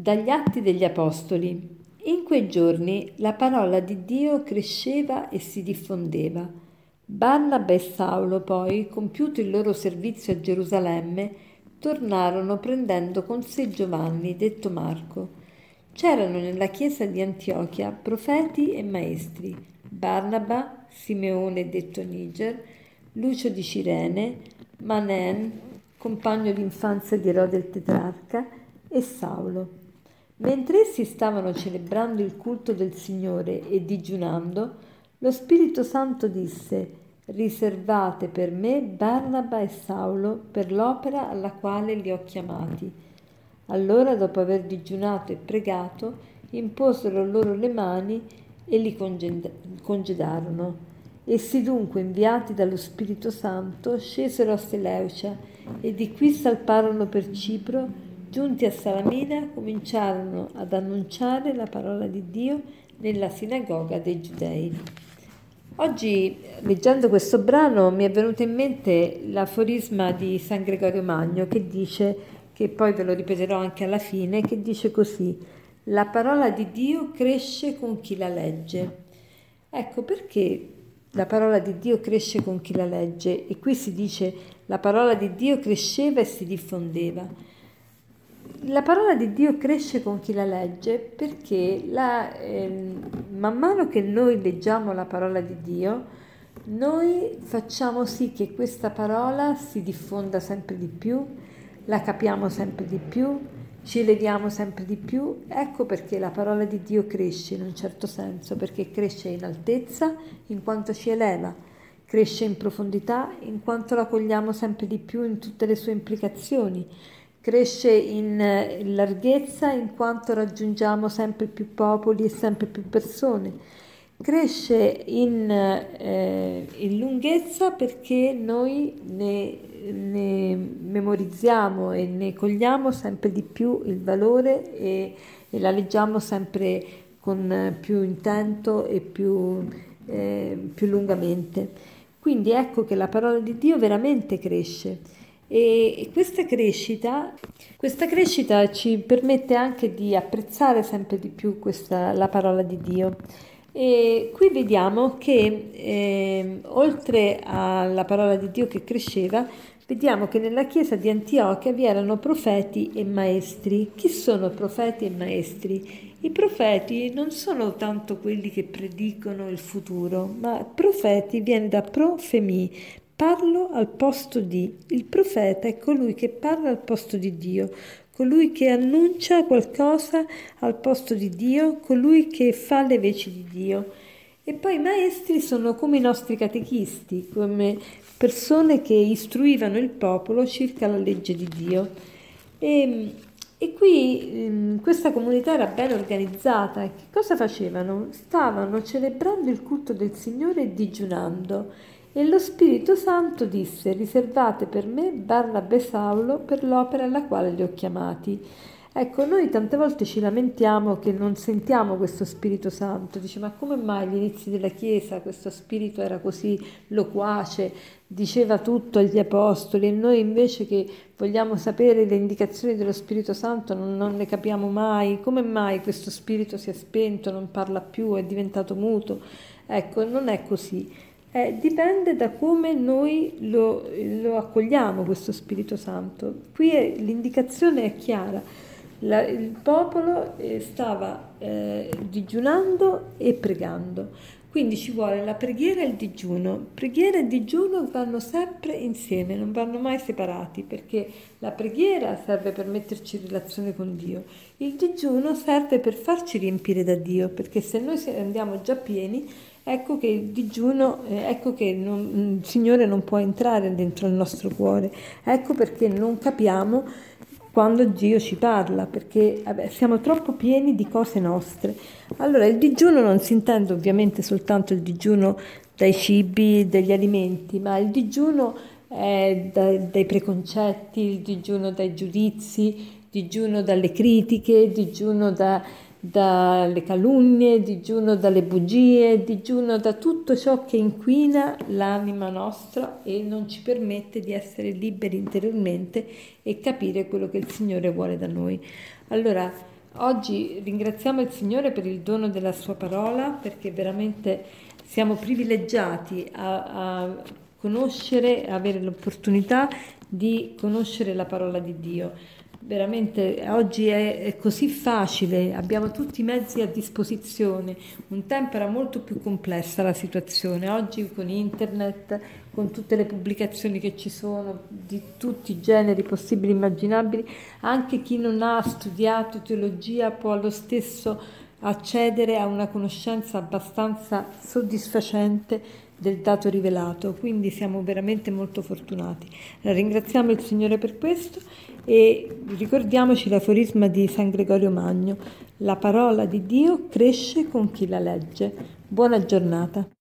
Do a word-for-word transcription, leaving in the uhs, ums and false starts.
Dagli Atti degli Apostoli. In quei giorni la parola di Dio cresceva e si diffondeva. Barnaba e Saulo poi, compiuto il loro servizio a Gerusalemme, tornarono prendendo con sé Giovanni, detto Marco. C'erano nella chiesa di Antiochia profeti e maestri: Barnaba, Simeone detto Niger, Lucio di Cirene, Manen, compagno d'infanzia di Erode il tetrarca, e Saulo. Mentre essi stavano celebrando il culto del Signore e digiunando, lo Spirito Santo disse: riservate per me Barnaba e Saulo per l'opera alla quale li ho chiamati. Allora, dopo aver digiunato e pregato, imposero loro le mani e li congedarono. Essi dunque, inviati dallo Spirito Santo, scesero a Seleucia e di qui salparono per Cipro. Giunti a Salamina, cominciarono ad annunciare la parola di Dio nella sinagoga dei Giudei. Oggi, leggendo questo brano, mi è venuto in mente l'aforisma di San Gregorio Magno che dice, che poi ve lo ripeterò anche alla fine, che dice così: la parola di Dio cresce con chi la legge. Ecco perché la parola di Dio cresce con chi la legge, e qui si dice la parola di Dio cresceva e si diffondeva. La parola di Dio cresce con chi la legge perché la, eh, man mano che noi leggiamo la parola di Dio, noi facciamo sì che questa parola si diffonda sempre di più, la capiamo sempre di più, ci eleviamo sempre di più. Ecco perché la parola di Dio cresce in un certo senso, perché cresce in altezza in quanto ci eleva, cresce in profondità in quanto la cogliamo sempre di più in tutte le sue implicazioni, cresce in larghezza in quanto raggiungiamo sempre più popoli e sempre più persone, cresce in, eh, in lunghezza perché noi ne, ne memorizziamo e ne cogliamo sempre di più il valore e, e la leggiamo sempre con più intento e più, eh, più lungamente. Quindi ecco che la parola di Dio veramente cresce. E questa crescita, questa crescita ci permette anche di apprezzare sempre di più questa, la parola di Dio. E qui vediamo che eh, oltre alla parola di Dio che cresceva, vediamo che nella chiesa di Antiochia vi erano profeti e maestri. Chi sono profeti e maestri? I profeti non sono tanto quelli che predicono il futuro, ma profeti viene da profemi. Parlo al posto di. Il profeta è colui che parla al posto di Dio, colui che annuncia qualcosa al posto di Dio, colui che fa le veci di Dio. E poi i maestri sono come i nostri catechisti, come persone che istruivano il popolo circa la legge di Dio. E, e qui questa comunità era ben organizzata. Che cosa facevano? Stavano celebrando il culto del Signore e digiunando. E lo Spirito Santo disse: riservate per me Barnaba e Saulo per l'opera alla quale li ho chiamati. Ecco, noi tante volte ci lamentiamo che non sentiamo questo Spirito Santo. Dice: ma come mai agli inizi della Chiesa questo Spirito era così loquace, diceva tutto agli Apostoli, e noi invece che vogliamo sapere le indicazioni dello Spirito Santo non, non ne capiamo mai? Come mai questo Spirito si è spento, non parla più, è diventato muto? Ecco, non è così. Eh, dipende da come noi lo, lo accogliamo questo Spirito Santo. Qui è, l'indicazione è chiara. La, il popolo eh, stava eh, digiunando e pregando, quindi ci vuole la preghiera e il digiuno. Preghiera e digiuno vanno sempre insieme, non vanno mai separati, perché la preghiera serve per metterci in relazione con Dio, il digiuno serve per farci riempire da Dio, perché se noi andiamo già pieni, ecco che il digiuno, eh, ecco che non, il Signore non può entrare dentro il nostro cuore. Ecco perché non capiamo quando Dio ci parla, perché vabbè, siamo troppo pieni di cose nostre. Allora il digiuno non si intende ovviamente soltanto il digiuno dai cibi, dagli alimenti, ma il digiuno è dai, dai preconcetti, il digiuno dai giudizi, digiuno dalle critiche, digiuno da dalle calunnie, digiuno dalle bugie, digiuno da tutto ciò che inquina l'anima nostra e non ci permette di essere liberi interiormente e capire quello che il Signore vuole da noi. Allora, Oggi ringraziamo il Signore per il dono della sua parola, perché veramente siamo privilegiati a, a conoscere, a avere l'opportunità di conoscere la parola di Dio. Veramente oggi è, è così facile, abbiamo tutti i mezzi a disposizione. Un tempo era molto più complessa la situazione, oggi con internet, con tutte le pubblicazioni che ci sono di tutti i generi possibili e immaginabili, anche chi non ha studiato teologia può lo stesso accedere a una conoscenza abbastanza soddisfacente del dato rivelato, quindi siamo veramente molto fortunati. Ringraziamo il Signore per questo e ricordiamoci l'aforisma di San Gregorio Magno: la parola di Dio cresce con chi la legge. Buona giornata.